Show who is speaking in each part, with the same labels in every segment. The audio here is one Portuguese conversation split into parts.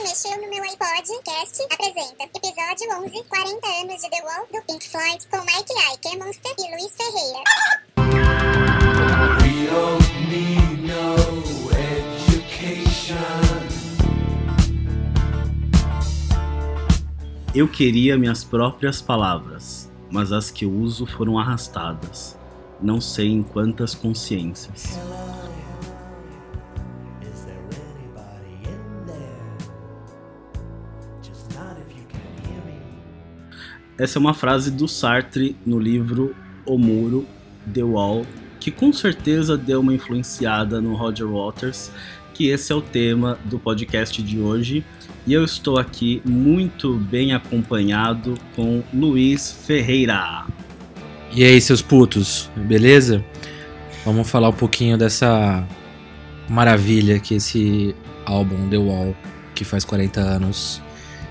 Speaker 1: Quem Mexeu no Meu iPod Cast apresenta episódio 11, 40 anos de The Wall, do Pink Floyd, com Mike Aiker, Monster e Luiz Ferreira.
Speaker 2: We don't need no education.
Speaker 3: Eu queria minhas próprias palavras, mas as que uso foram arrastadas. Não sei em quantas consciências. Essa é uma frase do Sartre no livro O Muro, The Wall, que com certeza deu uma influenciada no Roger Waters, que esse é o tema do podcast de hoje. E eu estou aqui muito bem acompanhado com Luiz Ferreira.
Speaker 4: E aí, seus putos, beleza? Vamos falar um pouquinho dessa maravilha que é esse álbum The Wall, que faz 40 anos.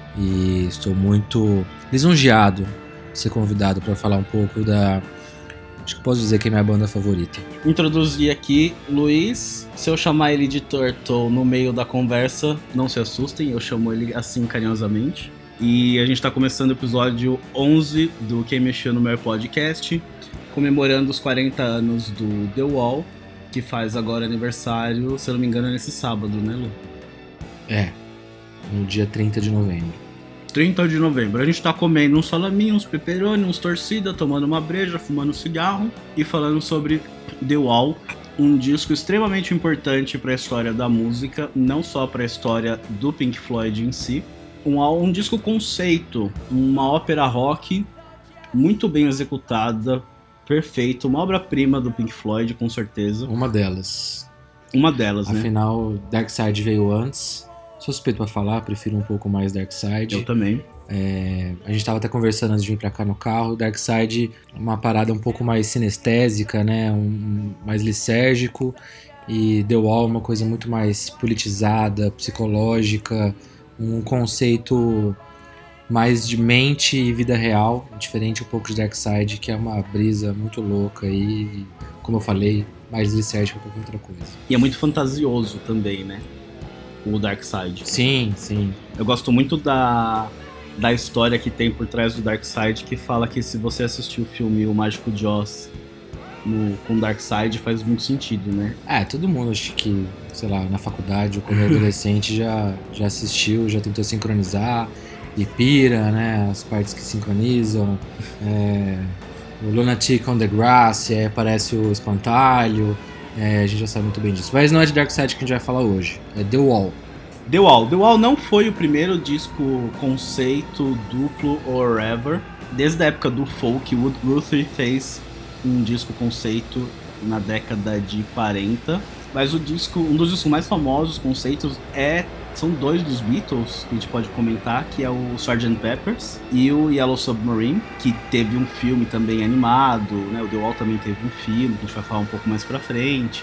Speaker 4: E estou muito lisonjeado de ser convidado para falar um pouco da... Acho que posso dizer que é minha banda favorita.
Speaker 3: Introduzir aqui Luiz. Se eu chamar ele de Turtle no meio da conversa, não se assustem, eu chamo ele assim carinhosamente. E a gente está começando o episódio 11 do Quem Mexeu no Meu Podcast, comemorando os 40 anos do The Wall, que faz agora aniversário, se eu não me engano, é nesse sábado, né, Lu?
Speaker 4: É, no dia 30 de novembro.
Speaker 3: 30 de novembro. A gente tá comendo uns salaminhos, uns pepperoni, uns torcida, tomando uma breja, fumando um cigarro e falando sobre The Wall, um disco extremamente importante para a história da música, não só para a história do Pink Floyd em si. Um disco conceito, uma ópera rock muito bem executada, perfeito, uma obra-prima do Pink Floyd, com certeza.
Speaker 4: Uma delas,
Speaker 3: né?
Speaker 4: Afinal, Dark Side veio antes. Suspeito pra falar, prefiro um pouco mais Dark Side.
Speaker 3: Eu também.
Speaker 4: A gente tava até conversando antes de vir pra cá no carro. Dark Side é uma parada um pouco mais sinestésica, né? Mais lisérgico. E The Wall é uma coisa muito mais politizada, psicológica. Um conceito mais de mente e vida real. Diferente um pouco de Dark Side, que é uma brisa muito louca. E, como eu falei, mais lisérgica que qualquer outra coisa.
Speaker 3: E é muito fantasioso também, né? O Dark Side.
Speaker 4: Sim, sim.
Speaker 3: Eu gosto muito da história que tem por trás do Dark Side, que fala que se você assistir o filme O Mágico de Oz com Dark Side, faz muito sentido, né?
Speaker 4: Todo mundo acho que, sei lá, na faculdade ou quando é adolescente já assistiu, já tentou sincronizar e pira, né? As partes que sincronizam. O Lunatic on the Grass, aparece o espantalho. A gente já sabe muito bem disso. Mas não é de Dark Side que a gente vai falar hoje. É The Wall.
Speaker 3: The Wall não foi o primeiro disco conceito duplo or ever. Desde a época do folk, Wood Guthrie fez um disco conceito na década de 40. Mas um dos discos mais famosos, conceitos, são dois dos Beatles, que a gente pode comentar, que é o Sgt. Pepper's e o Yellow Submarine, que teve um filme também animado, né? O The Wall também teve um filme, que a gente vai falar um pouco mais pra frente.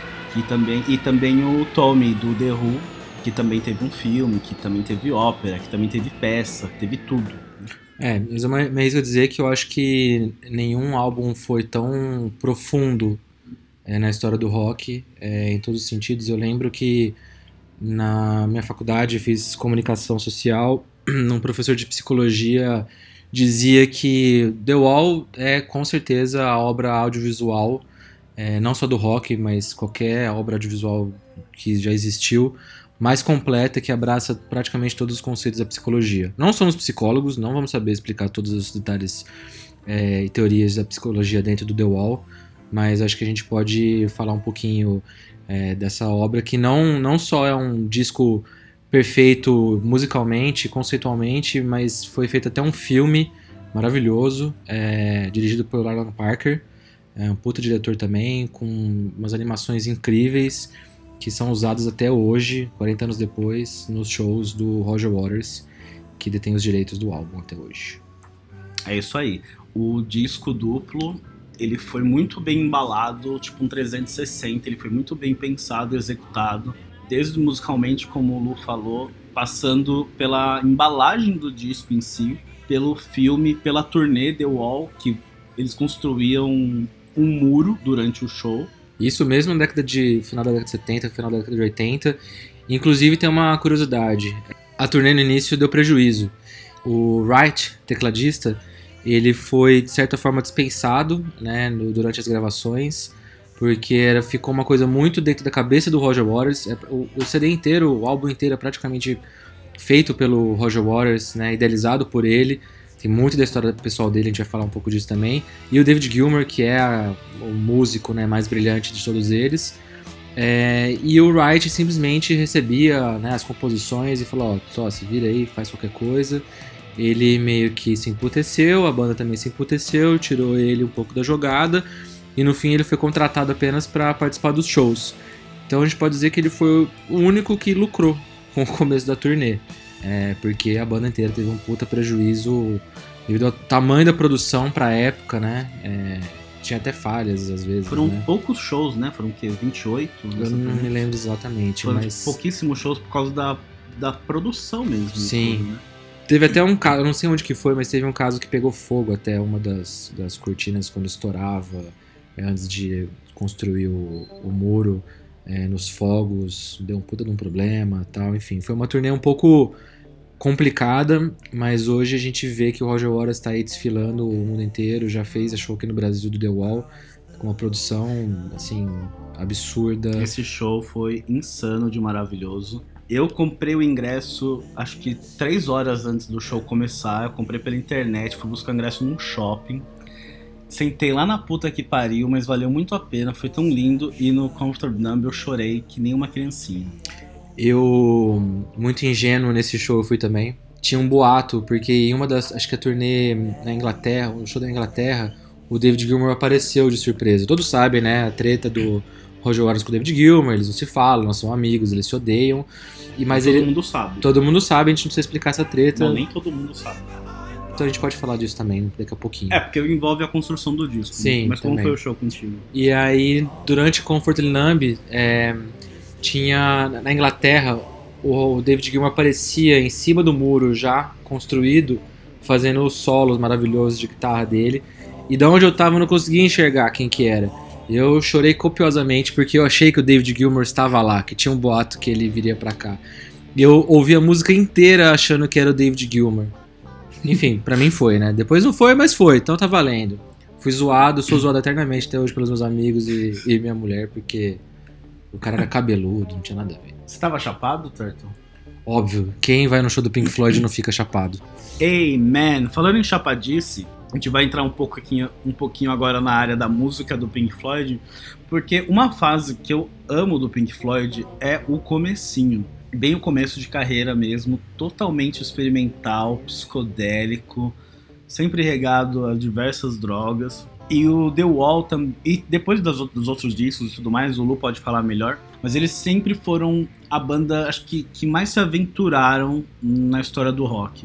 Speaker 3: E também o Tommy, do The Who, que também teve um filme, que também teve ópera, que também teve peça, teve tudo.
Speaker 4: Mas eu dizer que eu acho que nenhum álbum foi tão profundo na história do rock, em todos os sentidos. Eu lembro que na minha faculdade fiz comunicação social, um professor de psicologia dizia que The Wall é com certeza a obra audiovisual, não só do rock, mas qualquer obra audiovisual que já existiu, mais completa, que abraça praticamente todos os conceitos da psicologia. Não somos psicólogos, não vamos saber explicar todos os detalhes e teorias da psicologia dentro do The Wall, mas acho que a gente pode falar um pouquinho dessa obra, que não só é um disco perfeito musicalmente, conceitualmente, mas foi feito até um filme maravilhoso, dirigido por Alan Parker, um puta diretor também, com umas animações incríveis, que são usadas até hoje, 40 anos depois, nos shows do Roger Waters, que detém os direitos do álbum até hoje.
Speaker 3: É isso aí. O disco duplo, ele foi muito bem embalado, tipo um 360, ele foi muito bem pensado e executado, desde musicalmente, como o Lu falou, passando pela embalagem do disco em si, pelo filme, pela turnê The Wall, que eles construíam um muro durante o show.
Speaker 4: Isso mesmo na final da década de 70, final da década de 80. Inclusive tem uma curiosidade, a turnê no início deu prejuízo. O Wright, tecladista, ele foi de certa forma dispensado, né, durante as gravações, porque ficou uma coisa muito dentro da cabeça do Roger Waters. O CD inteiro, o álbum inteiro é praticamente feito pelo Roger Waters, né, idealizado por ele. Tem muito da história pessoal dele, a gente vai falar um pouco disso também. E o David Gilmour, que é o músico, né, mais brilhante de todos eles. E o Wright simplesmente recebia, né, as composições e falou, ó, só se vira aí, faz qualquer coisa. Ele meio que se emputeceu, a banda também se emputeceu, tirou ele um pouco da jogada. E no fim ele foi contratado apenas para participar dos shows. Então a gente pode dizer que ele foi o único que lucrou com o começo da turnê. Porque a banda inteira teve um puta prejuízo devido ao tamanho da produção pra época, né? Tinha até falhas às vezes.
Speaker 3: Foram
Speaker 4: né?
Speaker 3: poucos shows, né? Foram o quê? 28?
Speaker 4: Eu não me lembro exatamente.
Speaker 3: Foram
Speaker 4: mas
Speaker 3: pouquíssimos shows por causa da produção mesmo.
Speaker 4: Sim.
Speaker 3: Tudo, né?
Speaker 4: Teve até um caso, eu não sei onde que foi, mas teve um caso que pegou fogo até uma das cortinas quando estourava, antes de construir o muro, nos fogos, deu um puta de um problema tal, enfim. Foi uma turnê um pouco complicada, mas hoje a gente vê que o Roger Waters está aí desfilando o mundo inteiro, já fez a show aqui no Brasil do The Wall, com uma produção, assim, absurda.
Speaker 3: Esse show foi insano de maravilhoso. Eu comprei o ingresso, acho que 3 horas antes do show começar. Eu comprei pela internet, fui buscar o ingresso num shopping. Sentei lá na puta que pariu, mas valeu muito a pena, foi tão lindo. E no Comfort Numb eu chorei que nem uma criancinha.
Speaker 4: Eu, muito ingênuo nesse show, eu fui também. Tinha um boato, porque em uma das, acho que a turnê na Inglaterra, um show da Inglaterra, o David Gilmour apareceu de surpresa. Todos sabem, né, a treta do Roger Waters com o David Gilmour, eles não se falam, não são amigos, eles se odeiam.
Speaker 3: Mas todo mundo sabe.
Speaker 4: Todo mundo sabe, a gente não precisa explicar essa treta.
Speaker 3: Não, nem todo mundo sabe.
Speaker 4: Então a gente pode falar disso também daqui a pouquinho.
Speaker 3: Porque envolve a construção do disco.
Speaker 4: Sim,
Speaker 3: mas
Speaker 4: também.
Speaker 3: Como foi o show contigo?
Speaker 4: E aí, durante Comfort Numb, tinha na Inglaterra, o David Gilmour aparecia em cima do muro já construído, fazendo os solos maravilhosos de guitarra dele. E de onde eu tava eu não conseguia enxergar quem que era. Eu chorei copiosamente porque eu achei que o David Gilmour estava lá, que tinha um boato que ele viria pra cá. E eu ouvi a música inteira achando que era o David Gilmour. Enfim, pra mim foi, né? Depois não foi, mas foi, então tá valendo. Fui zoado, sou zoado eternamente até hoje pelos meus amigos e minha mulher, porque o cara era cabeludo, não tinha nada a ver.
Speaker 3: Você tava chapado, Turtle?
Speaker 4: Óbvio, quem vai no show do Pink Floyd não fica chapado.
Speaker 3: Amen! Falando em chapadice, a gente vai entrar um pouquinho agora na área da música do Pink Floyd, porque uma fase que eu amo do Pink Floyd é o comecinho. Bem o começo de carreira mesmo, totalmente experimental, psicodélico, sempre regado a diversas drogas. E o The Wall, e depois dos outros discos e tudo mais, o Lu pode falar melhor, mas eles sempre foram a banda, acho que mais se aventuraram na história do rock.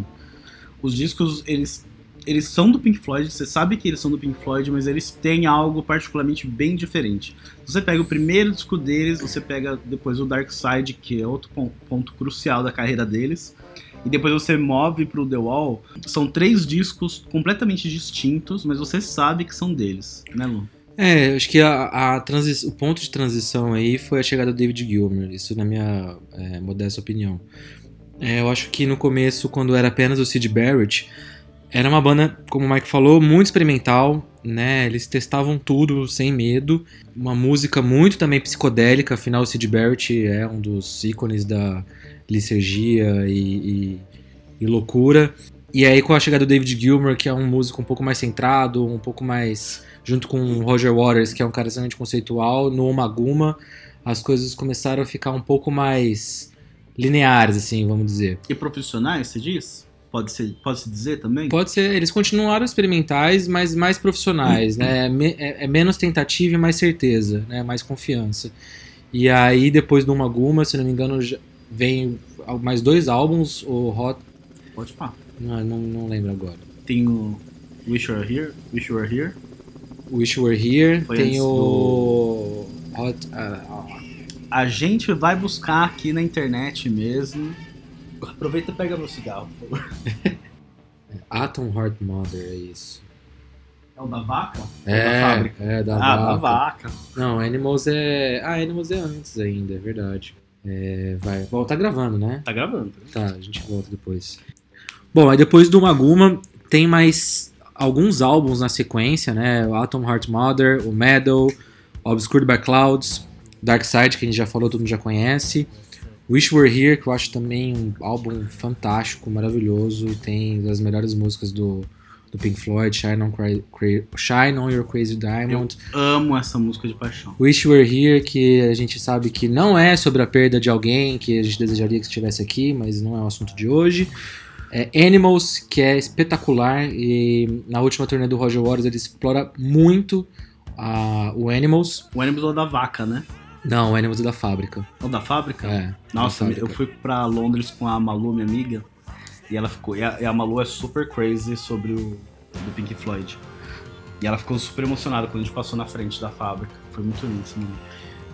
Speaker 3: Os discos, eles são do Pink Floyd, você sabe que eles são do Pink Floyd, mas eles têm algo particularmente bem diferente. Você pega o primeiro disco deles, você pega depois o Dark Side, que é outro ponto crucial da carreira deles, e depois você move pro The Wall. São 3 discos completamente distintos, mas você sabe que são deles, né, Lu?
Speaker 4: Acho que o ponto de transição aí foi a chegada do David Gilmour, isso na minha modesta opinião. Eu acho que no começo, quando era apenas o Syd Barrett, era uma banda, como o Mike falou, muito experimental, né? Eles testavam tudo sem medo. Uma música muito também psicodélica, afinal o Syd Barrett é um dos ícones da licergia e loucura. E aí com a chegada do David Gilmour, que é um músico um pouco mais centrado, um pouco mais junto com o Roger Waters, que é um cara extremamente conceitual, no Omaguma, as coisas começaram a ficar um pouco mais lineares, assim, vamos dizer.
Speaker 3: E profissionais, você diz? Pode-se dizer também?
Speaker 4: Pode ser, eles continuaram experimentais, mas mais profissionais, né? É menos tentativa e mais certeza, né? Mais confiança. E aí, depois do Omaguma, se não me engano, vem mais 2 álbuns, o Hot...
Speaker 3: Pode falar.
Speaker 4: Não lembro agora.
Speaker 3: Tem o Wish You Were Here.
Speaker 4: Wish You Were Here.
Speaker 3: Foi
Speaker 4: tem
Speaker 3: antes
Speaker 4: o... Hot...
Speaker 3: A gente vai buscar aqui na internet mesmo. Aproveita e pega meu cigarro, por favor.
Speaker 4: Atom Heart Mother, é isso.
Speaker 3: É o da vaca?
Speaker 4: Da fábrica.
Speaker 3: Da vaca.
Speaker 4: Não, Animals é... Animals é antes ainda, é verdade. Tá gravando, né?
Speaker 3: Tá gravando.
Speaker 4: Tá, a gente volta depois. Bom, aí depois do Maguma tem mais alguns álbuns na sequência, né? O Atom Heart Mother, o Meadow, Obscured by Clouds, Dark Side, que a gente já falou, todo mundo já conhece. Wish We're Here, que eu acho também um álbum fantástico, maravilhoso, e tem as melhores músicas do Pink Floyd, Shine on Your Crazy Diamond.
Speaker 3: Eu amo essa música de paixão.
Speaker 4: Wish We're Here, que a gente sabe que não é sobre a perda de alguém que a gente desejaria que estivesse aqui, mas não é o assunto de hoje. Animals, que é espetacular, e na última turnê do Roger Waters ele explora muito o Animals.
Speaker 3: O Animals é o da vaca, né?
Speaker 4: Não, o Animals é da Fábrica.
Speaker 3: O da Fábrica?
Speaker 4: É.
Speaker 3: Nossa,
Speaker 4: da Fábrica.
Speaker 3: eu fui pra Londres com a Malu, minha amiga, e ela ficou. E a Malu é super crazy sobre o do Pink Floyd. E ela ficou super emocionada quando a gente passou na frente da Fábrica. Foi muito lindo esse momento.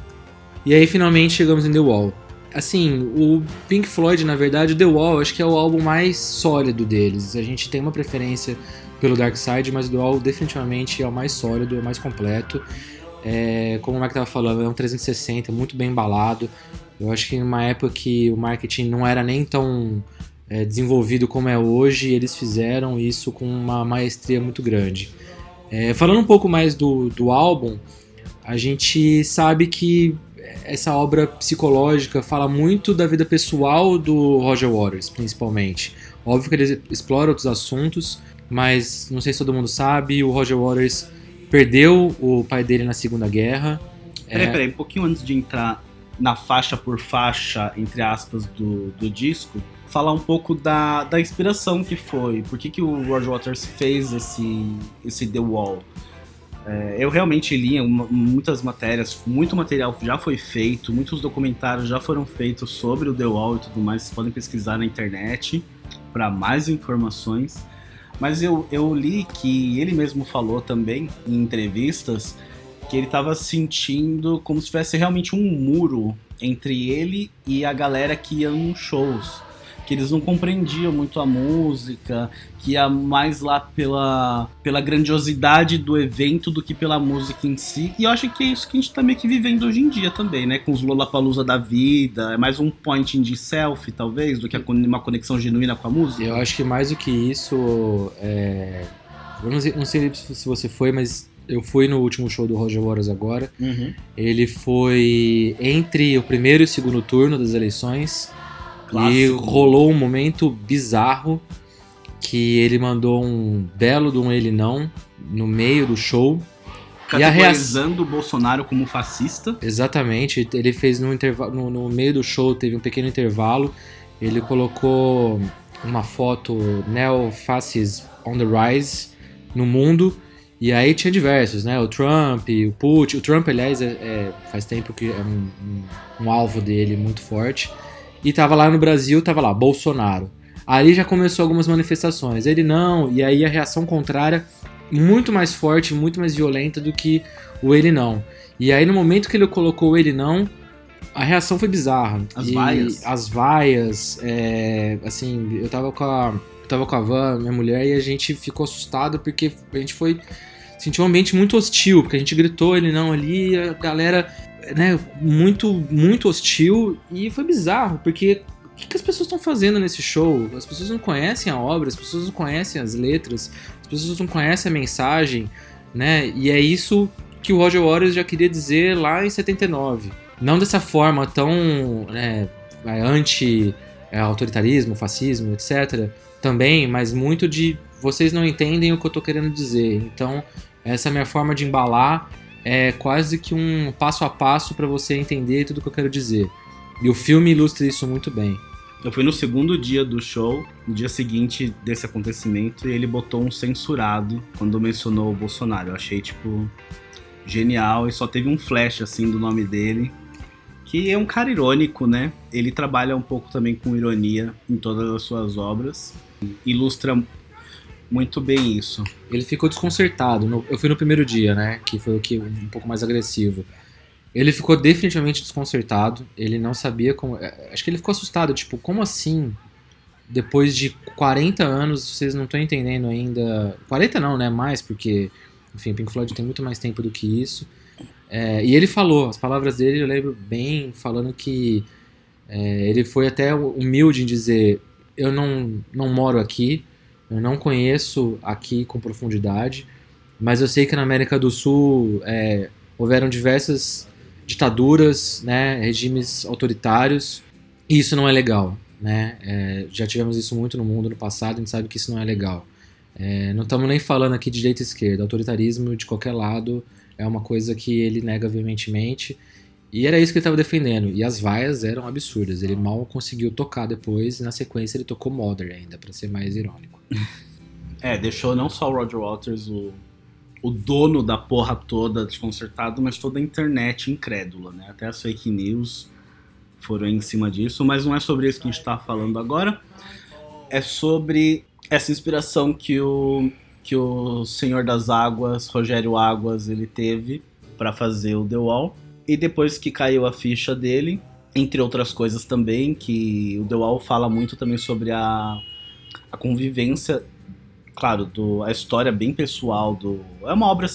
Speaker 4: E aí finalmente chegamos em The Wall. Assim, o Pink Floyd, na verdade, The Wall, acho que é o álbum mais sólido deles. A gente tem uma preferência pelo Dark Side, mas o The Wall definitivamente é o mais sólido, é o mais completo. Como o Mike estava falando, é um 360, muito bem embalado. Eu acho que numa época que o marketing não era nem tão desenvolvido como é hoje, eles fizeram isso com uma maestria muito grande. Falando um pouco mais do álbum, a gente sabe que essa obra psicológica fala muito da vida pessoal do Roger Waters, principalmente. Óbvio que ele explora outros assuntos, mas não sei se todo mundo sabe, o Roger Waters perdeu o pai dele na Segunda Guerra.
Speaker 3: Peraí, um pouquinho antes de entrar na faixa por faixa, entre aspas, do disco, falar um pouco da inspiração que foi. Por que o Roger Waters fez esse The Wall? Eu realmente li muitas matérias, muito material já foi feito, muitos documentários já foram feitos sobre o The Wall e tudo mais, vocês podem pesquisar na internet para mais informações. Mas eu li que ele mesmo falou também em entrevistas que ele estava sentindo como se tivesse realmente um muro entre ele e a galera que ia nos shows. Que eles não compreendiam muito a música, que ia mais lá pela grandiosidade do evento do que pela música em si. E eu acho que é isso que a gente tá meio que vivendo hoje em dia também, né? Com os Lollapalooza da vida, é mais um point de selfie, talvez, do que uma conexão genuína com a música.
Speaker 4: Eu acho que mais do que isso, eu não sei se você foi, mas eu fui no último show do Roger Waters agora.
Speaker 3: Uhum.
Speaker 4: Ele foi entre o primeiro e o segundo turno das eleições. Clássico. E rolou um momento bizarro que ele mandou um belo de um ele não no meio do show.
Speaker 3: Categorizando o Bolsonaro como fascista.
Speaker 4: Exatamente, ele fez no meio do show, teve um pequeno intervalo, ele colocou uma foto Neo-Fascism on the Rise no mundo, e aí tinha diversos, né? O Trump, o Putin. O Trump, aliás, faz tempo que é um alvo dele muito forte. E tava lá no Brasil, tava lá, Bolsonaro. Ali já começou algumas manifestações. Ele não, e aí a reação contrária muito mais forte, muito mais violenta do que o ele não. E aí no momento que ele colocou o ele não, a reação foi bizarra. As vaias, assim, eu tava com a Van, minha mulher, e a gente ficou assustado porque a gente sentiu um ambiente muito hostil, porque a gente gritou ele não ali, a galera, né, muito, muito hostil, e foi bizarro, porque o que as pessoas estão fazendo nesse show? As pessoas não conhecem a obra, as pessoas não conhecem as letras, as pessoas não conhecem a mensagem, né, e é isso que o Roger Waters já queria dizer lá em 79. Não dessa forma tão anti-autoritarismo, fascismo, etc., também, mas muito de vocês não entendem o que eu tô querendo dizer. Então, essa minha forma de embalar é quase que um passo a passo para você entender tudo que eu quero dizer. E o filme ilustra isso muito bem.
Speaker 3: Eu fui no segundo dia do show, no dia seguinte desse acontecimento, e ele botou um censurado quando mencionou o Bolsonaro. Eu achei, genial, e só teve um flash, assim, do nome dele, que é um cara irônico, né? Ele trabalha um pouco também com ironia em todas as suas obras. Ilustra muito bem isso.
Speaker 4: Ele ficou desconcertado. Eu fui no primeiro dia, né? Que foi um pouco mais agressivo. Ele ficou definitivamente desconcertado. Ele não sabia como... Acho que ele ficou assustado. Como assim? Depois de 40 anos, vocês não estão entendendo ainda... 40 não, né? Mais, porque... Enfim, Pink Floyd tem muito mais tempo do que isso. E ele falou, as palavras dele eu lembro bem, falando que Ele foi até humilde em dizer: eu não moro aqui, eu não conheço aqui com profundidade, mas eu sei que na América do Sul houveram diversas ditaduras, né, regimes autoritários, e isso não é legal. Né? Já tivemos isso muito no mundo no passado, a gente sabe que isso não é legal. Não estamos nem falando aqui de direita e esquerda, autoritarismo de qualquer lado é uma coisa que ele nega veementemente, e era isso que ele estava defendendo, e as vaias eram absurdas, ele mal conseguiu tocar depois, e na sequência ele tocou Mother ainda, para ser mais irônico.
Speaker 3: Deixou não só o Roger Waters, o dono da porra toda, desconcertado, mas toda a internet incrédula, né? Até as fake news foram em cima disso, mas não é sobre isso que a gente tá falando agora. É sobre essa inspiração que o Senhor das Águas, Rogério Águas, ele teve para fazer o The Wall. E depois que caiu a ficha dele, entre outras coisas também, que o The Wall fala muito também sobre a convivência, claro, a história bem pessoal é uma obra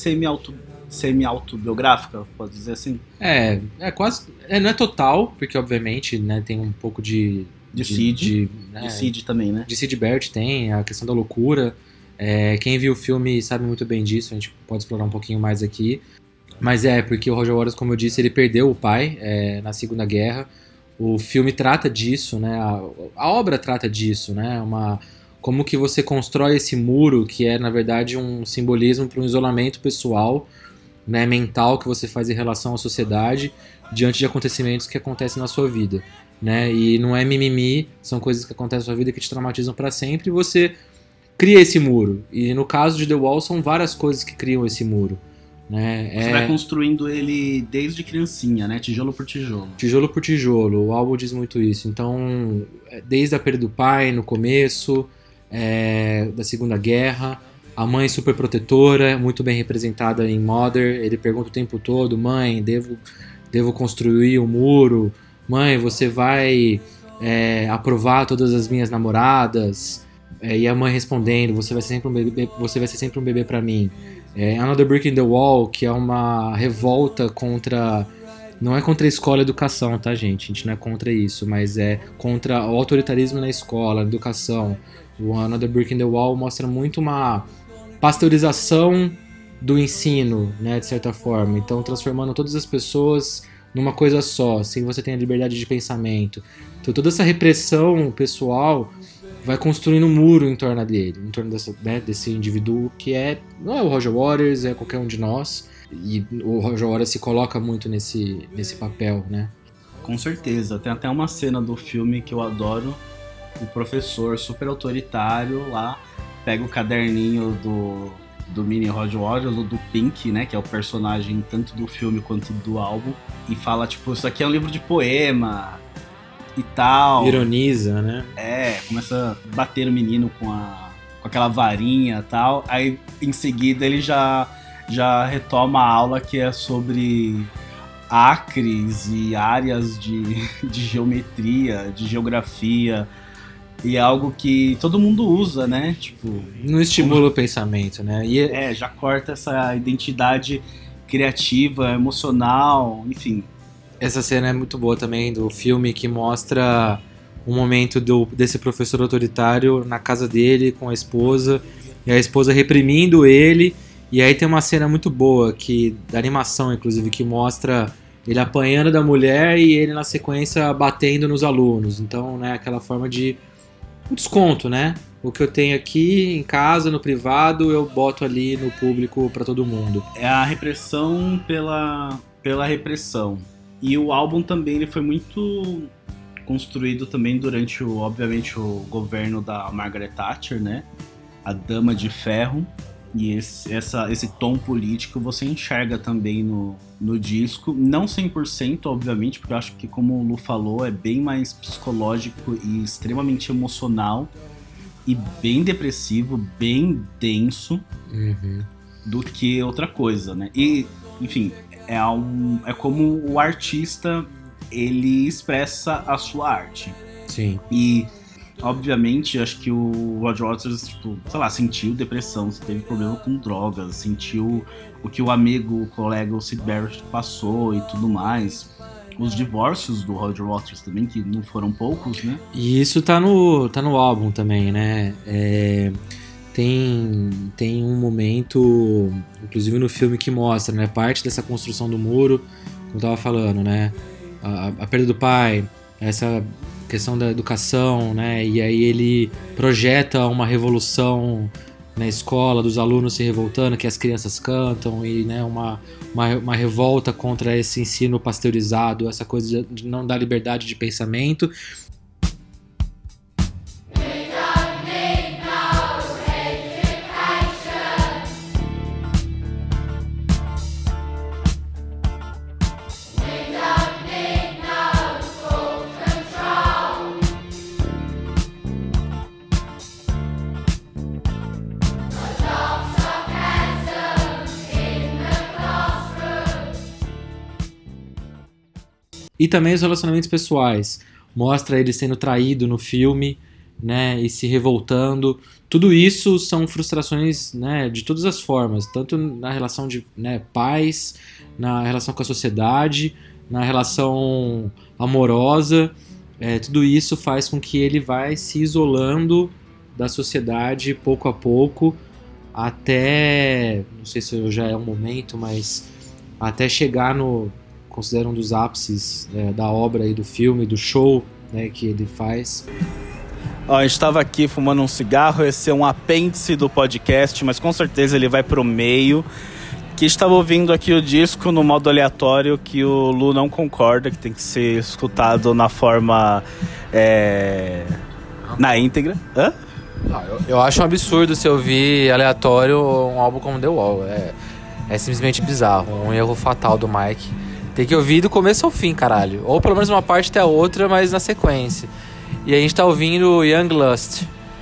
Speaker 3: semi-autobiográfica, pode dizer assim?
Speaker 4: Quase. Não é total, porque obviamente, né, tem um pouco de
Speaker 3: Sid.
Speaker 4: Né,
Speaker 3: de Sid também, né?
Speaker 4: De Sid Barrett tem a questão da loucura. Quem viu o filme sabe muito bem disso, a gente pode explorar um pouquinho mais aqui. Mas porque o Roger Waters, como eu disse, ele perdeu o pai na Segunda Guerra. O filme trata disso, né? A obra trata disso, né? Como que você constrói esse muro, que é, na verdade, um simbolismo para um isolamento pessoal, né, mental, que você faz em relação à sociedade, diante de acontecimentos que acontecem na sua vida. Né? E não é mimimi, são coisas que acontecem na sua vida que te traumatizam para sempre, e você cria esse muro. E no caso de The Wall, são várias coisas que criam esse muro. Né?
Speaker 3: Você vai construindo ele desde criancinha, né? Tijolo por tijolo.
Speaker 4: Tijolo por tijolo, o álbum diz muito isso. Então, desde a perda do pai, no começo, da Segunda Guerra, a mãe super protetora, muito bem representada em Mother. Ele pergunta o tempo todo: mãe, devo construir um muro? Mãe, você vai aprovar todas as minhas namoradas? E a mãe respondendo: você vai ser sempre um bebê para mim. Another Brick in the Wall, que é uma revolta contra... Não é contra a escola e a educação, tá, gente? A gente não é contra isso, mas é contra o autoritarismo na escola, na educação. O Another Brick in the Wall mostra muito uma pasteurização do ensino, né, de certa forma. Então, transformando todas as pessoas numa coisa só, sem você ter a liberdade de pensamento. Então, toda essa repressão pessoal vai construindo um muro em torno dele, em torno desse indivíduo que não é o Roger Waters, é qualquer um de nós. E o Roger Waters se coloca muito nesse papel, né?
Speaker 3: Com certeza. Tem até uma cena do filme que eu adoro. O professor super autoritário lá pega o caderninho do mini Roger Waters, ou do Pink, né, que é o personagem tanto do filme quanto do álbum, e fala, tipo, isso aqui é um livro de poema e tal.
Speaker 4: Ironiza, né?
Speaker 3: Começa a bater o menino com aquela varinha e tal. Aí, em seguida, ele já retoma a aula que é sobre acres e áreas de geometria, de geografia. E é algo que todo mundo usa, né? Tipo,
Speaker 4: não estimula o pensamento, né?
Speaker 3: Já corta essa identidade criativa, emocional, enfim.
Speaker 4: Essa cena é muito boa também do filme, que mostra um momento desse professor autoritário na casa dele com a esposa, e a esposa reprimindo ele. E aí tem uma cena muito boa, da animação inclusive, que mostra ele apanhando da mulher e ele na sequência batendo nos alunos. Então, né, aquela forma de um desconto, né? O que eu tenho aqui em casa, no privado, eu boto ali no público para todo mundo.
Speaker 3: É a repressão pela repressão. E o álbum também ele foi muito construído também durante, obviamente, o governo da Margaret Thatcher, né? A Dama de Ferro. E esse tom político você enxerga também no disco. Não 100%, obviamente, porque eu acho que, como o Lu falou, é bem mais psicológico e extremamente emocional. E bem depressivo, bem denso, do que outra coisa, né? E, enfim, é como o artista, ele expressa a sua arte.
Speaker 4: Sim.
Speaker 3: E, obviamente, acho que o Roger Waters, tipo, sei lá, sentiu depressão, teve problema com drogas, sentiu o que o amigo, o colega, o Sid Barrett passou e tudo mais. os divórcios do Roger Waters também, que não foram poucos, né?
Speaker 4: E isso tá no álbum também, né? Tem um momento, inclusive no filme, que mostra, né, parte dessa construção do muro, como eu tava falando, né? A perda do pai, essa questão da educação, né? E aí ele projeta uma revolução na escola, dos alunos se revoltando, que as crianças cantam, e, né, uma revolta contra esse ensino pasteurizado, essa coisa de não dar liberdade de pensamento. E também os relacionamentos pessoais. Mostra ele sendo traído no filme, né, e se revoltando. Tudo isso são frustrações, né, de todas as formas. Tanto na relação de, né, pais, na relação com a sociedade, na relação amorosa. Tudo isso faz com que ele vai se isolando da sociedade pouco a pouco, até, não sei se já é um momento, mas até chegar no... considero um dos ápices da obra e do filme, do show, né, que ele faz.
Speaker 3: Ó, a gente estava aqui fumando um cigarro, esse é um apêndice do podcast, mas com certeza ele vai pro meio. Que estava ouvindo aqui o disco no modo aleatório, que o Lu não concorda, que tem que ser escutado na forma... na íntegra. Hã?
Speaker 5: Eu acho um absurdo se ouvir aleatório um álbum como The Wall. É simplesmente bizarro, um erro fatal do Mike. Tem que ouvir do começo ao fim, caralho. Ou pelo menos uma parte até a outra, mas na sequência. E a gente tá ouvindo Young Lust.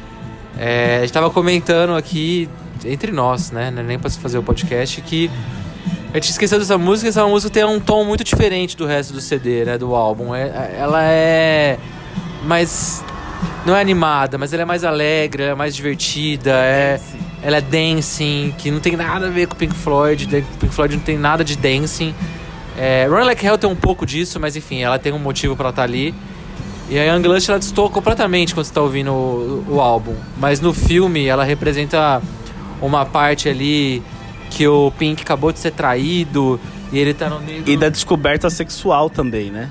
Speaker 5: A gente tava comentando aqui, entre nós, né? Nem pra fazer o podcast, que a gente esqueceu dessa música. Essa música tem um tom muito diferente do resto do CD, né? Do álbum. Ela é mais... não é animada, mas ela é mais alegre, ela é mais divertida. Ela é dancing, que não tem nada a ver com Pink Floyd. Pink Floyd não tem nada de dancing. Run Like Hell tem um pouco disso, mas enfim, ela tem um motivo pra estar ali. E a Young Lust, ela destoa completamente quando você tá ouvindo o álbum. Mas no filme ela representa uma parte ali que o Pink acabou de ser traído e ele tá no meio
Speaker 3: E da descoberta sexual também, né?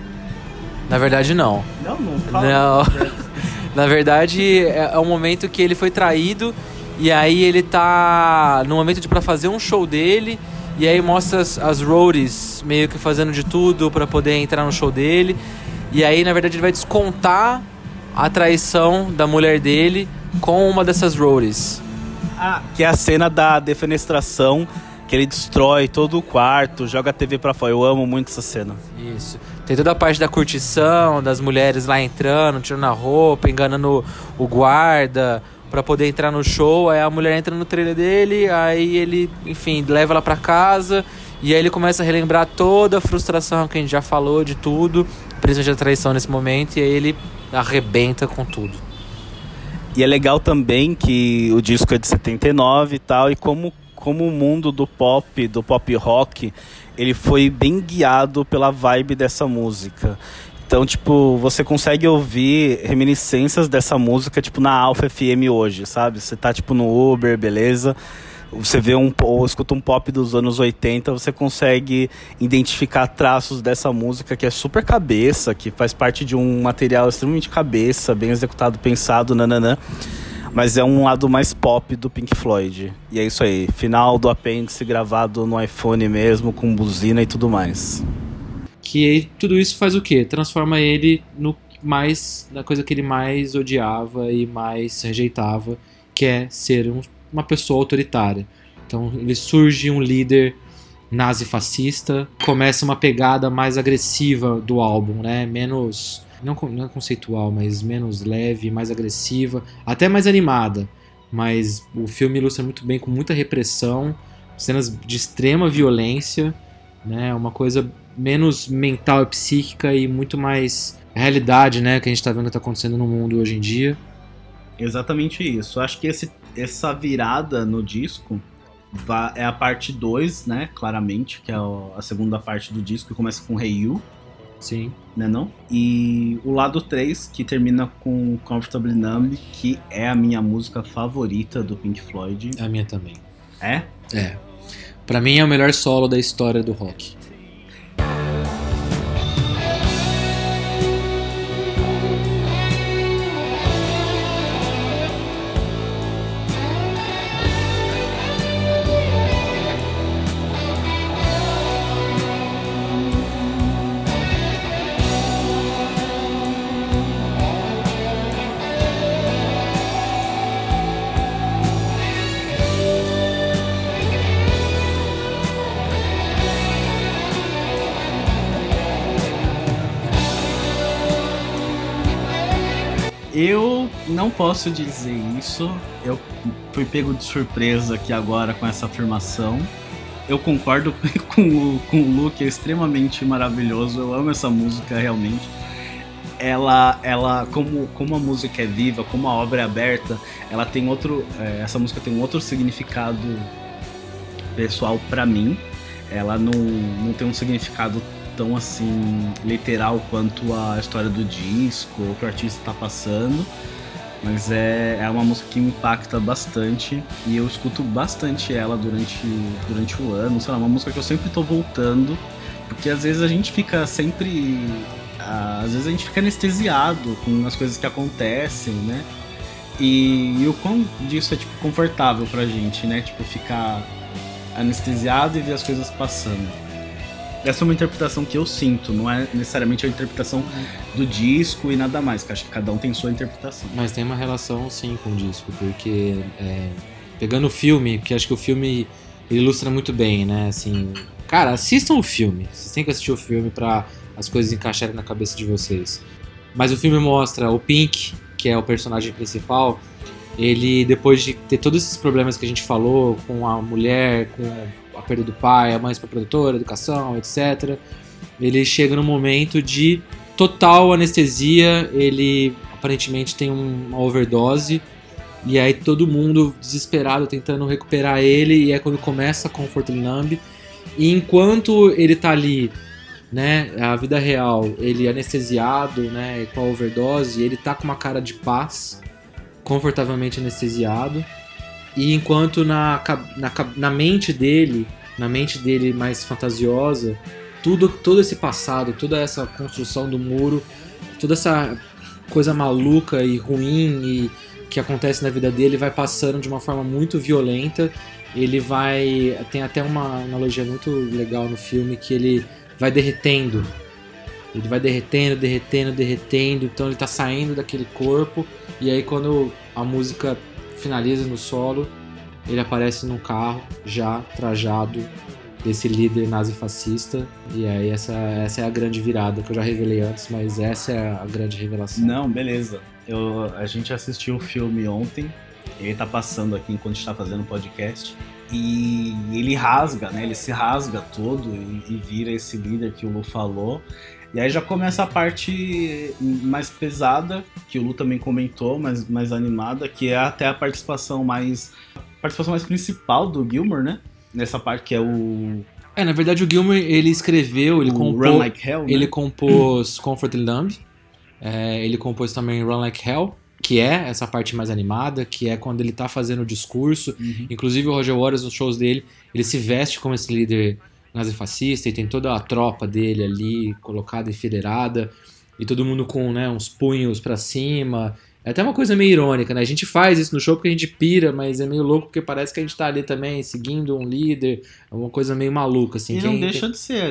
Speaker 5: Na verdade não.
Speaker 3: Não fala.
Speaker 5: Não. Na verdade é um momento que ele foi traído. E aí ele tá no momento pra fazer um show dele. E aí mostra as roadies meio que fazendo de tudo pra poder entrar no show dele. E aí, na verdade, ele vai descontar a traição da mulher dele com uma dessas roadies.
Speaker 3: Que é a cena da defenestração, que ele destrói todo o quarto, joga a TV pra fora. Eu amo muito essa cena.
Speaker 5: Isso. Tem toda a parte da curtição, das mulheres lá entrando, tirando a roupa, enganando o guarda pra poder entrar no show. Aí a mulher entra no trailer dele, aí ele, enfim, leva ela pra casa. E aí ele começa a relembrar toda a frustração que a gente já falou de tudo, principalmente a traição nesse momento, e aí ele arrebenta com tudo.
Speaker 3: E é legal também que o disco é de 79 e tal, e como o mundo do pop rock, ele foi bem guiado pela vibe dessa música. Então, tipo, você consegue ouvir reminiscências dessa música, tipo, na Alpha FM hoje, sabe? Você tá, tipo, no Uber, beleza? Você vê ou escuta um pop dos anos 80, você consegue identificar traços dessa música que é super cabeça, que faz parte de um material extremamente cabeça, bem executado, pensado, nananã. Mas é um lado mais pop do Pink Floyd. E é isso aí, final do apêndice gravado no iPhone mesmo, com buzina e tudo mais.
Speaker 4: Que tudo isso faz o quê? Transforma ele na coisa que ele mais odiava e mais rejeitava, que é ser uma pessoa autoritária. Então ele surge um líder nazi-fascista, começa uma pegada mais agressiva do álbum, né? Menos, não é conceitual, mas menos leve, mais agressiva, até mais animada. Mas o filme ilustra muito bem, com muita repressão, cenas de extrema violência, né? Uma coisa menos mental e psíquica e muito mais realidade, né? Que a gente tá vendo que tá acontecendo no mundo hoje em dia.
Speaker 3: Exatamente isso. Acho que essa virada no disco é a parte 2, né? Claramente, que é a segunda parte do disco, que começa com Hey You.
Speaker 4: Sim.
Speaker 3: né não? E o lado 3, que termina com Comfortably Numb, que é a minha música favorita do Pink Floyd.
Speaker 4: A minha também.
Speaker 3: É?
Speaker 4: É. Pra mim é o melhor solo da história do rock.
Speaker 3: Eu não posso dizer isso. Eu fui pego de surpresa aqui agora com essa afirmação. Eu concordo com o Luke, é extremamente maravilhoso. Eu amo essa música realmente. Ela como a música é viva, como a obra é aberta, ela tem essa música tem um outro significado pessoal pra mim. Ela não tem um significado tão assim literal quanto a história do disco ou que o artista está passando, mas é uma música que me impacta bastante e eu escuto bastante ela durante o ano. Sei lá, uma música que eu sempre tô voltando, porque às vezes a gente fica anestesiado com as coisas que acontecem, né? E o quão disso é tipo confortável pra gente, né? Tipo, ficar anestesiado e ver as coisas passando. Essa é uma interpretação que eu sinto, não é necessariamente a interpretação do disco e nada mais, que acho que cada um tem sua interpretação.
Speaker 4: Mas tem uma relação, sim, com o disco, porque pegando o filme, porque acho que o filme ilustra muito bem, né? Assim, cara, assistam o filme. Vocês têm que assistir o filme pra as coisas encaixarem na cabeça de vocês. Mas o filme mostra o Pink, que é o personagem principal, ele, depois de ter todos esses problemas que a gente falou, com a mulher, com a perda do pai, a mãe superprodutora, educação, etc., ele chega num momento de total anestesia, ele aparentemente tem uma overdose, e aí todo mundo desesperado tentando recuperar ele, e é quando começa a Comfortably Numb, e enquanto ele tá ali, né, a vida real, ele anestesiado, né, com a overdose, ele tá com uma cara de paz, confortavelmente anestesiado, e enquanto na mente dele mais fantasiosa, todo esse passado, toda essa construção do muro, toda essa coisa maluca e ruim e que acontece na vida dele vai passando de uma forma muito violenta. Tem até uma analogia muito legal no filme, que ele vai derretendo, então ele tá saindo daquele corpo, e aí quando a música finaliza no solo, ele aparece num carro já trajado desse líder nazifascista, e aí essa é a grande virada, que eu já revelei antes, mas essa é a grande revelação.
Speaker 3: Não, beleza. A gente assistiu o filme ontem, ele tá passando aqui enquanto a gente tá fazendo o podcast, e ele rasga, né? Ele se rasga todo e vira esse líder que o Lu falou. E aí já começa a parte mais pesada, que o Lu também comentou, mais animada, que é até a participação mais principal do Gilmour, né? Nessa parte que é o...
Speaker 4: Na verdade o Gilmour, ele escreveu, ele compôs...
Speaker 3: Run Like Hell, né?
Speaker 4: Ele compôs Comfortably Numb, ele compôs também Run Like Hell, que é essa parte mais animada, que é quando ele tá fazendo o discurso.
Speaker 3: Uhum.
Speaker 4: Inclusive o Roger Waters, nos shows dele, ele se veste como esse líder nazifascista e tem toda a tropa dele ali colocada, enfileirada, e todo mundo com, né, uns punhos pra cima. É até uma coisa meio irônica, né? A gente faz isso no show porque a gente pira, mas é meio louco porque parece que a gente tá ali também seguindo um líder, é uma coisa meio maluca, assim.
Speaker 3: E não deixa de ser,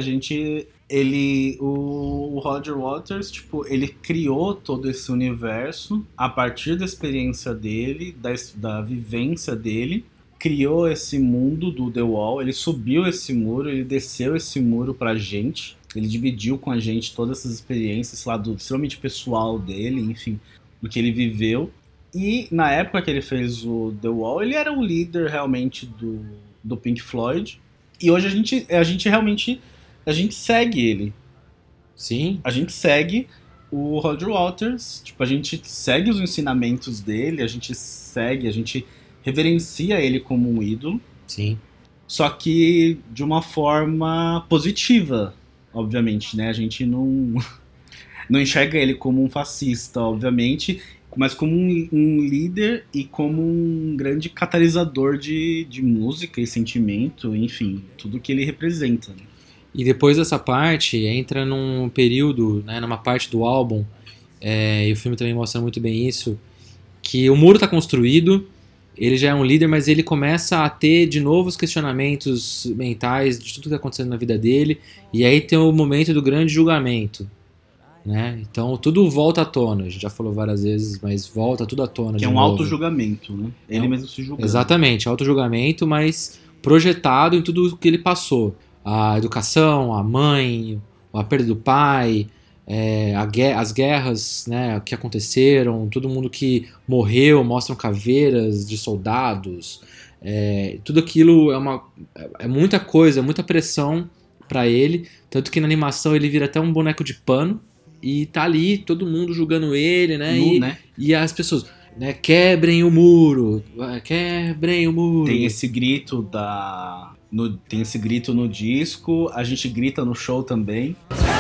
Speaker 3: o Roger Waters, tipo, ele criou todo esse universo a partir da experiência dele, da vivência dele, criou esse mundo do The Wall, ele subiu esse muro, ele desceu esse muro pra gente, ele dividiu com a gente todas essas experiências, esse lado extremamente pessoal dele, enfim, do que ele viveu. E na época que ele fez o The Wall, ele era o líder realmente do Pink Floyd, e hoje a gente realmente segue ele.
Speaker 4: Sim.
Speaker 3: A gente segue o Roger Waters, tipo, a gente segue os ensinamentos dele, a gente reverencia ele como um ídolo.
Speaker 4: Sim.
Speaker 3: Só que de uma forma positiva, obviamente, né? A gente não enxerga ele como um fascista, obviamente, mas como um líder e como um grande catalisador de música e sentimento, enfim, tudo que ele representa. Né?
Speaker 4: E depois dessa parte, entra num período, né, numa parte do álbum, e o filme também mostra muito bem isso, que o muro está construído, ele já é um líder, mas ele começa a ter de novo os questionamentos mentais de tudo que está acontecendo na vida dele, e aí tem o momento do grande julgamento. Né? Então tudo volta à tona, a gente já falou várias vezes, mas volta tudo à tona.
Speaker 3: Que é um auto-julgamento, né? Ele mesmo se julgando.
Speaker 4: Exatamente, auto-julgamento, mas projetado em tudo o que ele passou. A educação, a mãe, a perda do pai, as guerras, né, que aconteceram, todo mundo que morreu, mostram caveiras de soldados. Tudo aquilo é muita coisa, muita pressão pra ele, tanto que na animação ele vira até um boneco de pano. E tá ali todo mundo julgando ele, né? E as pessoas, né? Quebrem o muro, quebrem o muro.
Speaker 3: Tem esse grito tem esse grito no disco, a gente grita no show também.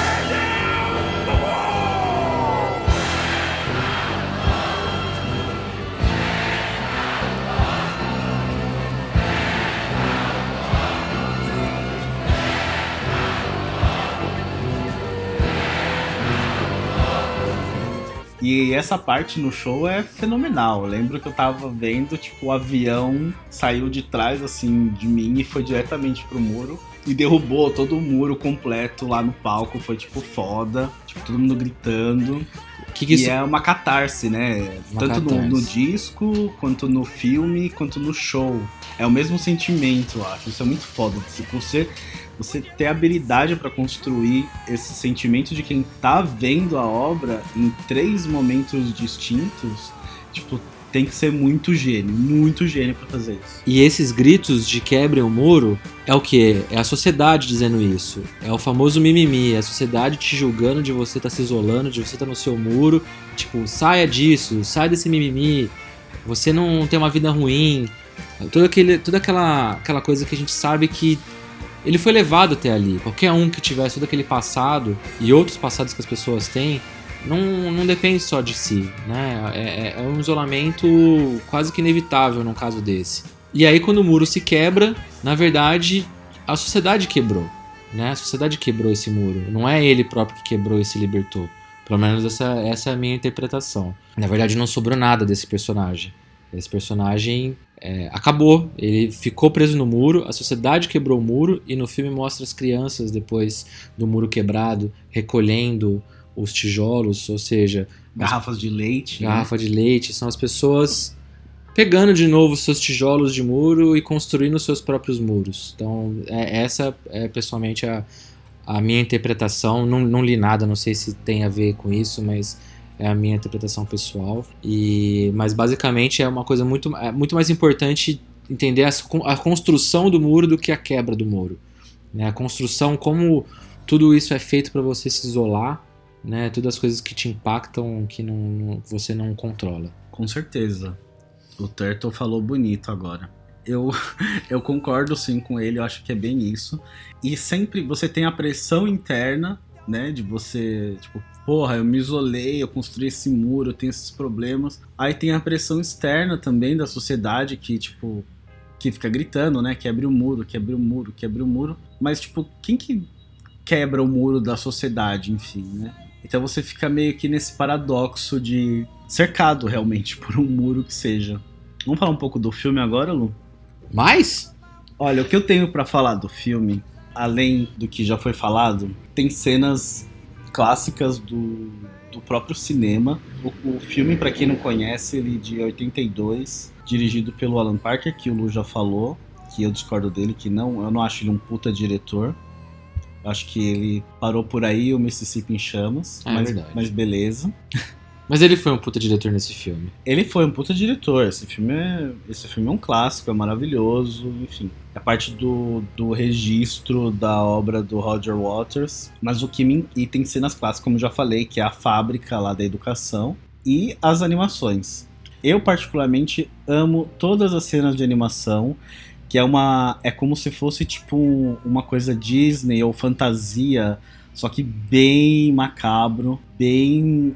Speaker 3: E essa parte no show é fenomenal. Eu lembro que eu tava vendo, tipo, o avião saiu de trás, assim, de mim e foi diretamente pro muro. E derrubou todo o muro completo lá no palco. Foi, tipo, foda. Tipo, todo mundo gritando. E é uma catarse, né? Tanto no disco, quanto no filme, quanto no show. É o mesmo sentimento, eu acho. Isso é muito foda. Você ter a habilidade para construir esse sentimento de quem tá vendo a obra em 3 momentos distintos, tipo, tem que ser muito gênio pra fazer isso.
Speaker 4: E esses gritos de quebrem o muro é o quê? É a sociedade dizendo isso. É o famoso mimimi, é a sociedade te julgando de você tá se isolando, de você tá no seu muro. Tipo, saia disso, sai desse mimimi, você não tem uma vida ruim. Toda aquela coisa que a gente sabe que ele foi levado até ali. Qualquer um que tivesse todo aquele passado e outros passados que as pessoas têm, não depende só de si, né? É um isolamento quase que inevitável num caso desse. E aí quando o muro se quebra, na verdade, a sociedade quebrou, né? A sociedade quebrou esse muro. Não é ele próprio que quebrou e se libertou. Pelo menos essa é a minha interpretação. Na verdade não sobrou nada desse personagem. Esse personagem acabou, ele ficou preso no muro, a sociedade quebrou o muro e no filme mostra as crianças depois do muro quebrado recolhendo os tijolos, ou seja...
Speaker 3: Garrafas de leite.
Speaker 4: Garrafa de leite, são as pessoas pegando de novo seus tijolos de muro e construindo seus próprios muros. Então essa é pessoalmente a minha interpretação, não li nada, não sei se tem a ver com isso, mas... é a minha interpretação pessoal. Mas basicamente é uma coisa muito mais importante entender a construção do muro do que a quebra do muro. Né? A construção, como tudo isso é feito para você se isolar, né? Todas as coisas que te impactam, que você não controla.
Speaker 3: Com certeza. O Turtle falou bonito agora. Eu concordo sim com ele, eu acho que é bem isso. E sempre você tem a pressão interna, né, de você, tipo, porra, eu me isolei, eu construí esse muro, eu tenho esses problemas. Aí tem a pressão externa também da sociedade que, tipo, que fica gritando, né, quebre o muro, quebre o muro, quebre o muro. Mas, tipo, quem que quebra o muro da sociedade, enfim, né? Então você fica meio que nesse paradoxo de cercado realmente por um muro que seja. Vamos falar um pouco do filme agora, Lu?
Speaker 4: Mas?
Speaker 3: Olha, o que eu tenho pra falar do filme, além do que já foi falado, tem cenas clássicas do próprio cinema. O filme, pra quem não conhece, ele é de 82, dirigido pelo Alan Parker, que o Lu já falou, que eu discordo dele, que eu não acho ele um puta diretor. Eu acho que ele parou por aí o Mississippi em Chamas, mas beleza.
Speaker 4: Mas ele foi um puta diretor nesse filme.
Speaker 3: Ele foi um puta diretor. Esse filme é um clássico, é maravilhoso, enfim. É parte do registro da obra do Roger Waters. Mas e tem cenas clássicas, como já falei, que é a fábrica lá da educação e as animações. Eu particularmente amo todas as cenas de animação, que é como se fosse tipo uma coisa Disney ou fantasia só que bem macabro, bem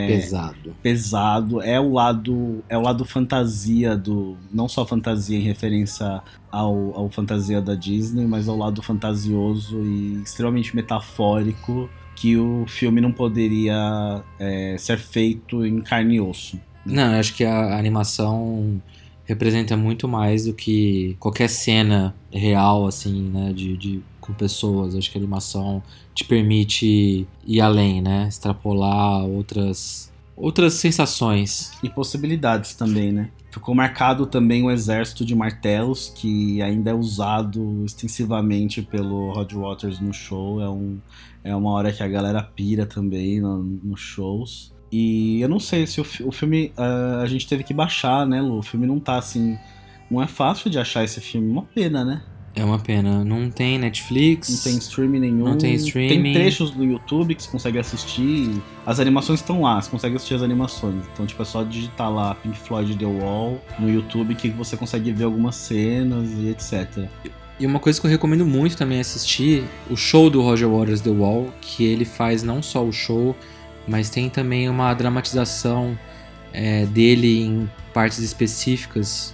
Speaker 4: Pesado.
Speaker 3: É o lado fantasia do, não só fantasia em referência ao fantasia da Disney, mas ao lado fantasioso e extremamente metafórico que o filme não poderia ser feito em carne e osso.
Speaker 4: Não, eu acho que a animação representa muito mais do que qualquer cena real, assim, né, com pessoas. Acho que a animação te permite ir além, né, extrapolar outras sensações.
Speaker 3: E possibilidades também, né? Ficou marcado também o exército de martelos, que ainda é usado extensivamente pelo Roger Waters no show. É uma hora que a galera pira também nos shows. E eu não sei se o filme a gente teve que baixar, né, Lu? O filme não tá assim... Não é fácil de achar esse filme, uma pena, né?
Speaker 4: É uma pena. Não tem Netflix.
Speaker 3: Não tem streaming nenhum.
Speaker 4: Não tem streaming.
Speaker 3: Tem trechos do YouTube que você consegue assistir. As animações estão lá, você consegue assistir as animações. Então, tipo, é só digitar lá Pink Floyd The Wall no YouTube que você consegue ver algumas cenas e etc.
Speaker 4: E uma coisa que eu recomendo muito também assistir, o show do Roger Waters The Wall, que ele faz não só o show, mas tem também uma dramatização dele em partes específicas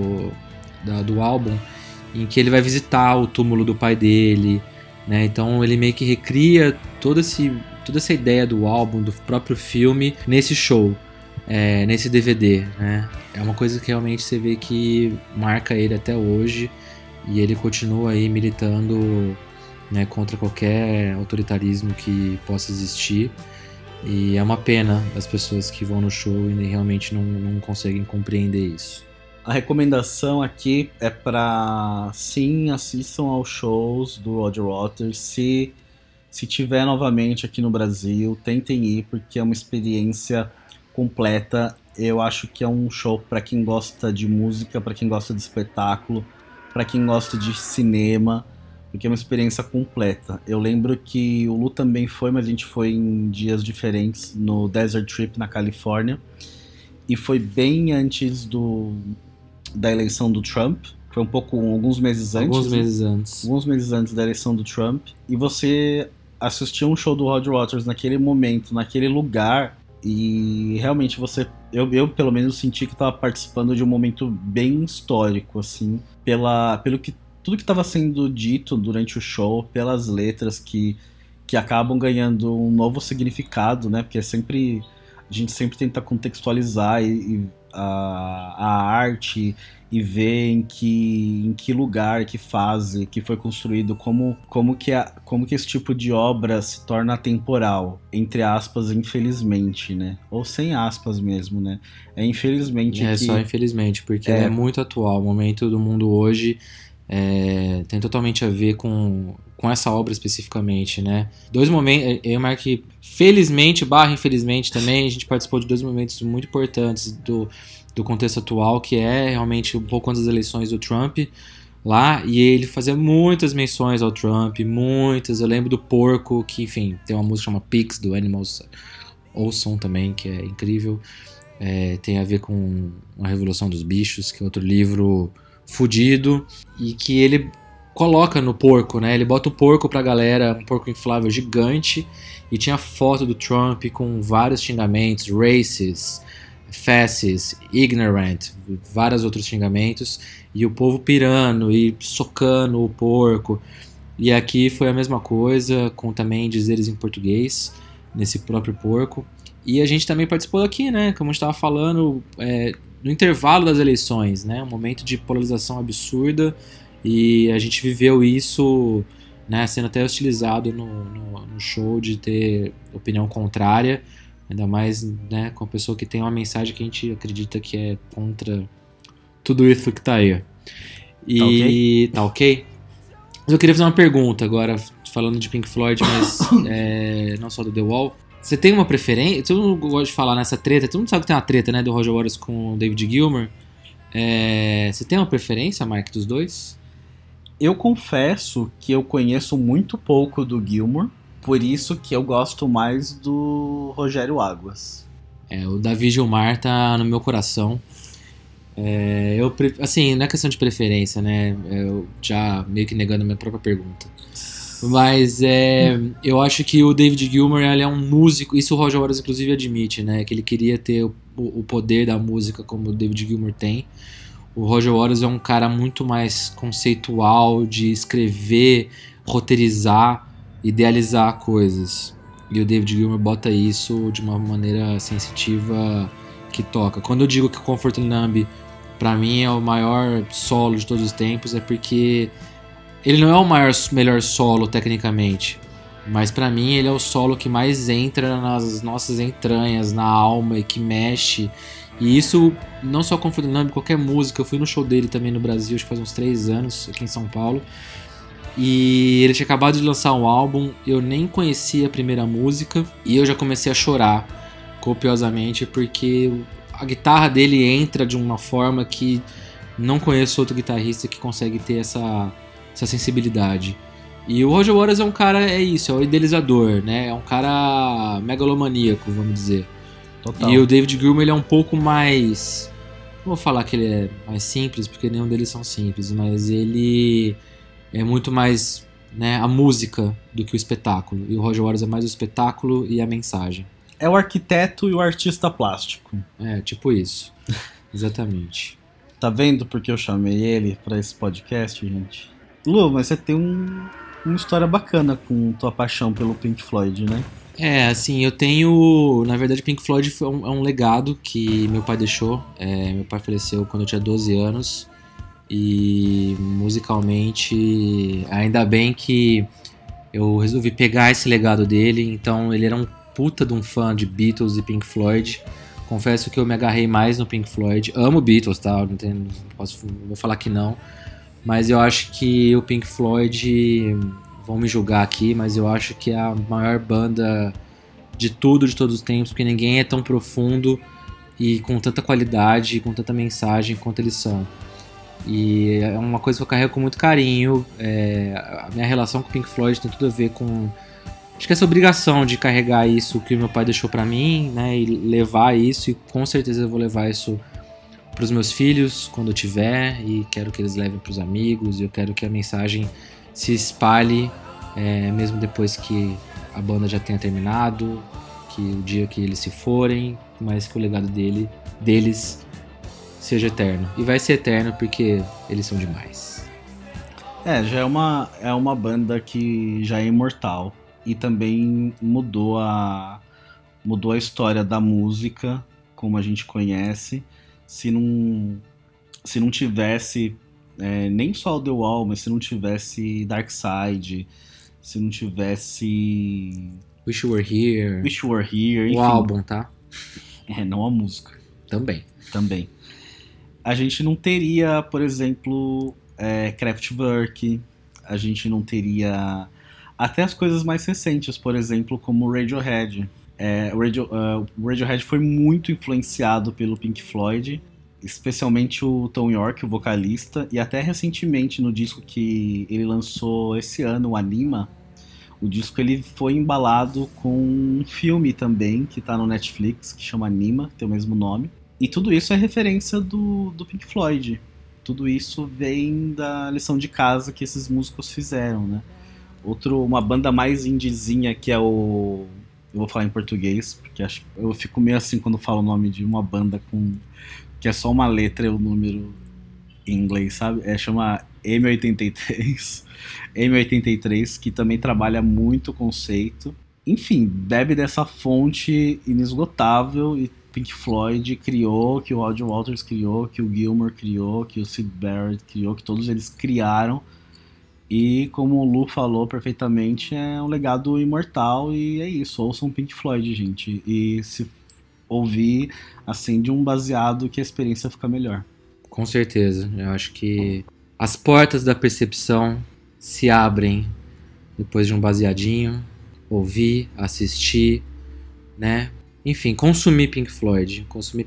Speaker 4: do álbum, em que ele vai visitar o túmulo do pai dele, né? Então ele meio que recria toda essa ideia do álbum, do próprio filme, nesse show, nesse DVD, né? É uma coisa que realmente você vê que marca ele até hoje, e ele continua aí militando, né, contra qualquer autoritarismo que possa existir. E é uma pena as pessoas que vão no show e realmente não conseguem compreender isso.
Speaker 3: A recomendação aqui é para, sim, assistam aos shows do Roger Waters. Se tiver novamente aqui no Brasil, tentem ir, porque é uma experiência completa. Eu acho que é um show para quem gosta de música, para quem gosta de espetáculo, para quem gosta de cinema, porque é uma experiência completa. Eu lembro que o Lu também foi, mas a gente foi em dias diferentes, no Desert Trip na Califórnia, e foi bem antes da eleição do Trump. Foi alguns meses antes. Alguns meses antes da eleição do Trump. E você assistiu um show do Roger Waters naquele momento, naquele lugar, e realmente eu pelo menos senti que estava participando de um momento bem histórico, assim, pelo que tudo que estava sendo dito durante o show, pelas letras que acabam ganhando um novo significado, né? Porque a gente sempre tenta contextualizar a arte e ver em que lugar, que fase que foi construído, como que esse tipo de obra se torna atemporal, entre aspas, infelizmente, né? Ou sem aspas mesmo, né? Infelizmente.
Speaker 4: Só infelizmente, porque é muito atual. O momento do mundo hoje tem totalmente a ver com essa obra especificamente, né? Dois momentos, eu marco que felizmente / infelizmente também, a gente participou de dois momentos muito importantes do contexto atual, que é realmente um pouco antes das eleições do Trump lá, e ele fazia muitas menções ao Trump, muitas. Eu lembro do porco, que enfim, tem uma música chamada Pigs, do Animals, ouçam também, que é incrível. Tem a ver com a Revolução dos Bichos, que é outro livro fudido, e que ele coloca no porco, né? Ele bota o porco pra galera, um porco inflável gigante, e tinha foto do Trump com vários xingamentos, racist, fascist, ignorant, vários outros xingamentos, e o povo pirando e socando o porco. E aqui foi a mesma coisa, com também dizeres em português, nesse próprio porco. E a gente também participou aqui, né? Como a gente estava falando, no intervalo das eleições, né? Um momento de polarização absurda, e a gente viveu isso, né, sendo até hostilizado no show, de ter opinião contrária, ainda mais, né, com a pessoa que tem uma mensagem que a gente acredita que é contra tudo isso que tá aí. E tá ok? Mas eu queria fazer uma pergunta agora, falando de Pink Floyd, mas não só do The Wall. Você tem uma preferência? Todo mundo gosta de falar nessa treta, todo mundo sabe que tem uma treta, né, do Roger Waters com o David Gilmour. Você tem uma preferência, Mark, dos dois?
Speaker 3: Eu confesso que eu conheço muito pouco do Gilmour, por isso que eu gosto mais do Rogério Águas.
Speaker 4: O Davi Gilmar tá no meu coração. Assim, não é questão de preferência, né? Eu já meio que negando a minha própria pergunta. Mas eu acho que o David Gilmour, ele é um músico, isso o Roger Waters inclusive admite, né, que ele queria ter o poder da música como o David Gilmour tem. O Roger Waters é um cara muito mais conceitual, de escrever, roteirizar, idealizar coisas. E o David Gilmour bota isso de uma maneira sensitiva que toca. Quando eu digo que o Comfort Numb pra mim é o maior solo de todos os tempos, é porque ele não é o melhor solo tecnicamente, mas pra mim ele é o solo que mais entra nas nossas entranhas, na alma, e que mexe. E isso não só com o Comfort Numb, qualquer música. Eu fui no show dele também no Brasil, acho que faz uns 3 anos, aqui em São Paulo. E ele tinha acabado de lançar um álbum, eu nem conhecia a primeira música, e eu já comecei a chorar copiosamente, porque a guitarra dele entra de uma forma que não conheço outro guitarrista que consegue ter essa sensibilidade. E o Roger Waters é um cara, é o idealizador, né? É um cara megalomaníaco, vamos dizer.
Speaker 3: Total.
Speaker 4: E o David Gilmour, ele é um pouco mais... Não vou falar que ele é mais simples, porque nenhum deles são simples, mas ele é muito mais, né, a música do que o espetáculo. E o Roger Waters é mais o espetáculo e a mensagem.
Speaker 3: É o arquiteto e o artista plástico.
Speaker 4: É, tipo isso. Exatamente.
Speaker 3: Tá vendo porque eu chamei ele pra esse podcast, gente? Lu, mas você tem uma história bacana com tua paixão pelo Pink Floyd, né?
Speaker 4: É, assim, eu tenho... Na verdade, Pink Floyd é um legado que meu pai deixou. Meu pai faleceu quando eu tinha 12 anos. E musicalmente, ainda bem que eu resolvi pegar esse legado dele. Então, ele era um puta de um fã de Beatles e Pink Floyd. Confesso que eu me agarrei mais no Pink Floyd. Amo Beatles, tá? Não vou falar que não. Mas eu acho que o Pink Floyd... Vão me julgar aqui, mas eu acho que é a maior banda de todos os tempos, porque ninguém é tão profundo e com tanta qualidade, com tanta mensagem quanto eles são. E é uma coisa que eu carrego com muito carinho. A minha relação com o Pink Floyd tem tudo a ver com... Acho que essa obrigação de carregar isso que meu pai deixou pra mim, né, e levar isso, e com certeza eu vou levar isso pros meus filhos quando eu tiver, e quero que eles levem pros amigos, e eu quero que a mensagem se espalhe, mesmo depois que a banda já tenha terminado, que o dia que eles se forem, mas que o legado deles seja eterno. E vai ser eterno porque eles são demais.
Speaker 3: Já é uma banda que já é imortal e também mudou a história da música como a gente conhece. Se não tivesse nem só o The Wall, mas se não tivesse Dark Side, se não tivesse
Speaker 4: Wish You Were Here,
Speaker 3: enfim.
Speaker 4: O álbum, tá?
Speaker 3: Não a música.
Speaker 4: Também.
Speaker 3: A gente não teria, por exemplo, Kraftwerk, a gente não teria até as coisas mais recentes, por exemplo, como Radiohead. O Radiohead foi muito influenciado pelo Pink Floyd, especialmente o Tom York, o vocalista, e até recentemente no disco que ele lançou esse ano, o Anima, o disco ele foi embalado com um filme também, que tá no Netflix, que chama Anima, tem o mesmo nome, e tudo isso é referência do Pink Floyd, tudo isso vem da lição de casa que esses músicos fizeram, né? Uma banda mais indiezinha que é Eu vou falar em português, porque eu fico meio assim quando falo o nome de uma banda que é só uma letra e o número em inglês, sabe? Chama M83, que também trabalha muito conceito. Enfim, bebe dessa fonte inesgotável e Pink Floyd criou, que o Roger Waters criou, que o Gilmour criou, que o Syd Barrett criou, que todos eles criaram. E como o Lu falou perfeitamente, é um legado imortal e é isso, ouçam Pink Floyd, gente. E se ouvir, acende um baseado que a experiência fica melhor.
Speaker 4: Com certeza, eu acho que as portas da percepção se abrem depois de um baseadinho, ouvir, assistir, né? Enfim, consumir Pink Floyd.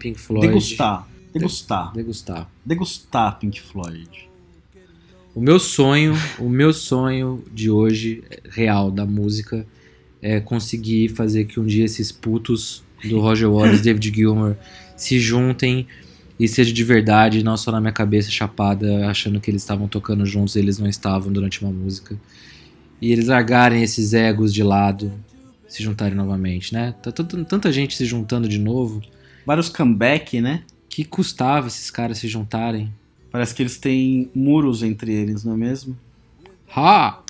Speaker 3: Degustar Pink Floyd.
Speaker 4: O meu sonho de hoje, real, da música, é conseguir fazer que um dia esses putos do Roger Waters, David Gilmour, se juntem e seja de verdade, não só na minha cabeça chapada, achando que eles estavam tocando juntos e eles não estavam durante uma música. e eles largarem esses egos de lado, se juntarem novamente, né? Tá tanta gente se juntando de novo.
Speaker 3: Vários comeback, né?
Speaker 4: Que custava esses caras se juntarem?
Speaker 3: Parece que eles têm muros entre eles, não é mesmo?
Speaker 4: Ha!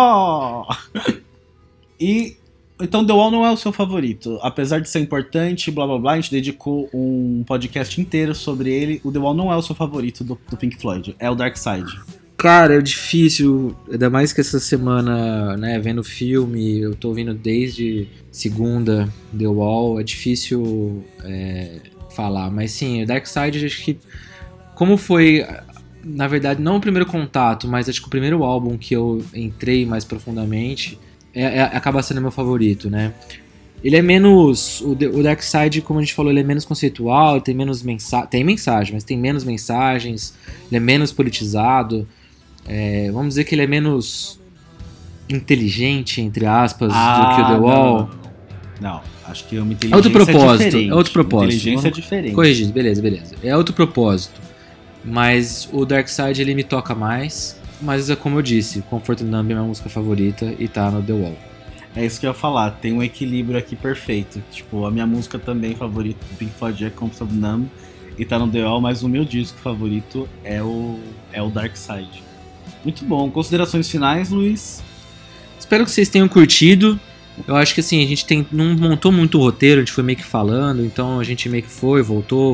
Speaker 3: E então The Wall não é o seu favorito. Apesar de ser importante, blá blá blá, a gente dedicou um podcast inteiro sobre ele. O The Wall não é o seu favorito do Pink Floyd, é o Dark Side.
Speaker 4: Cara, é difícil, ainda mais que essa semana, né, vendo filme, eu tô ouvindo desde segunda The Wall, é difícil falar, mas sim, o Dark Side, acho que como foi, na verdade, não o primeiro contato, mas acho que o primeiro álbum que eu entrei mais profundamente, acaba sendo meu favorito, né? Ele é menos, o Dark Side, como a gente falou, ele é menos conceitual, ele tem menos tem mensagem, mas tem menos mensagens, ele é menos politizado. Vamos dizer que ele é menos inteligente, entre aspas, do que o The Wall.
Speaker 3: Não, acho que uma inteligência
Speaker 4: outro propósito,
Speaker 3: diferente.
Speaker 4: É outro propósito.
Speaker 3: Inteligência é diferente.
Speaker 4: Corrigido, beleza. É outro propósito. Mas o Dark Side, ele me toca mais. Mas, como eu disse, Comfort Numb é minha música favorita e tá no The Wall.
Speaker 3: É isso que eu ia falar, tem um equilíbrio aqui perfeito. Tipo, a minha música também favorita do Pink Floyd é Comfort Numb e tá no The Wall, mas o meu disco favorito é o Dark Side. Muito bom. Considerações finais, Luiz?
Speaker 4: Espero que vocês tenham curtido. Eu acho que assim, a gente não montou muito o roteiro, a gente foi meio que falando, então a gente meio que foi, voltou,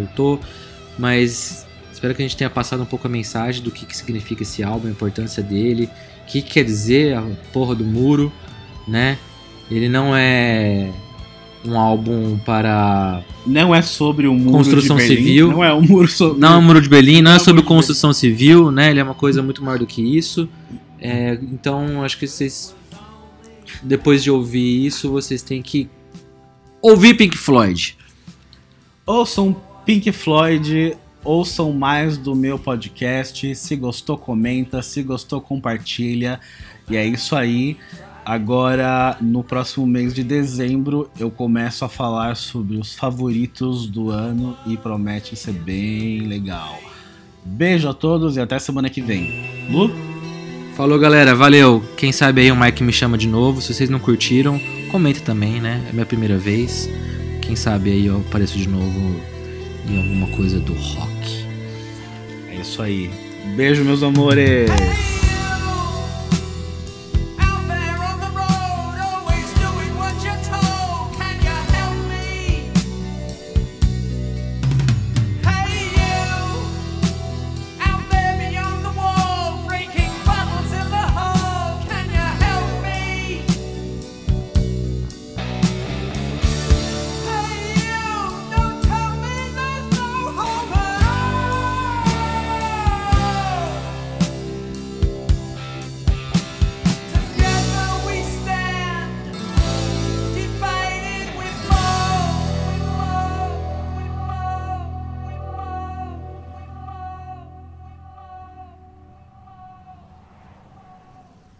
Speaker 4: mas espero que a gente tenha passado um pouco a mensagem do que significa esse álbum, a importância dele, o que quer dizer a porra do muro, né? Ele não é um álbum para...
Speaker 3: Não é sobre o muro
Speaker 4: construção
Speaker 3: de Berlim,
Speaker 4: civil.
Speaker 3: Não é um muro sobre...
Speaker 4: Não é um muro de Berlim, não é sobre construção civil, né? Ele é uma coisa muito maior do que isso. Então, acho que vocês... Depois de ouvir isso, vocês têm que ouvir Pink Floyd.
Speaker 3: Ouçam Pink Floyd, ouçam mais do meu podcast. Se gostou, comenta. Se gostou, compartilha. E é isso aí. Agora, no próximo mês de dezembro, eu começo a falar sobre os favoritos do ano e promete ser bem legal. Beijo a todos e até semana que vem. Lu?
Speaker 4: Falou, galera. Valeu. Quem sabe aí o Mike me chama de novo. Se vocês não curtiram, comenta também, né? É minha primeira vez. Quem sabe aí eu apareço de novo em alguma coisa do rock.
Speaker 3: É isso aí. Beijo, meus amores.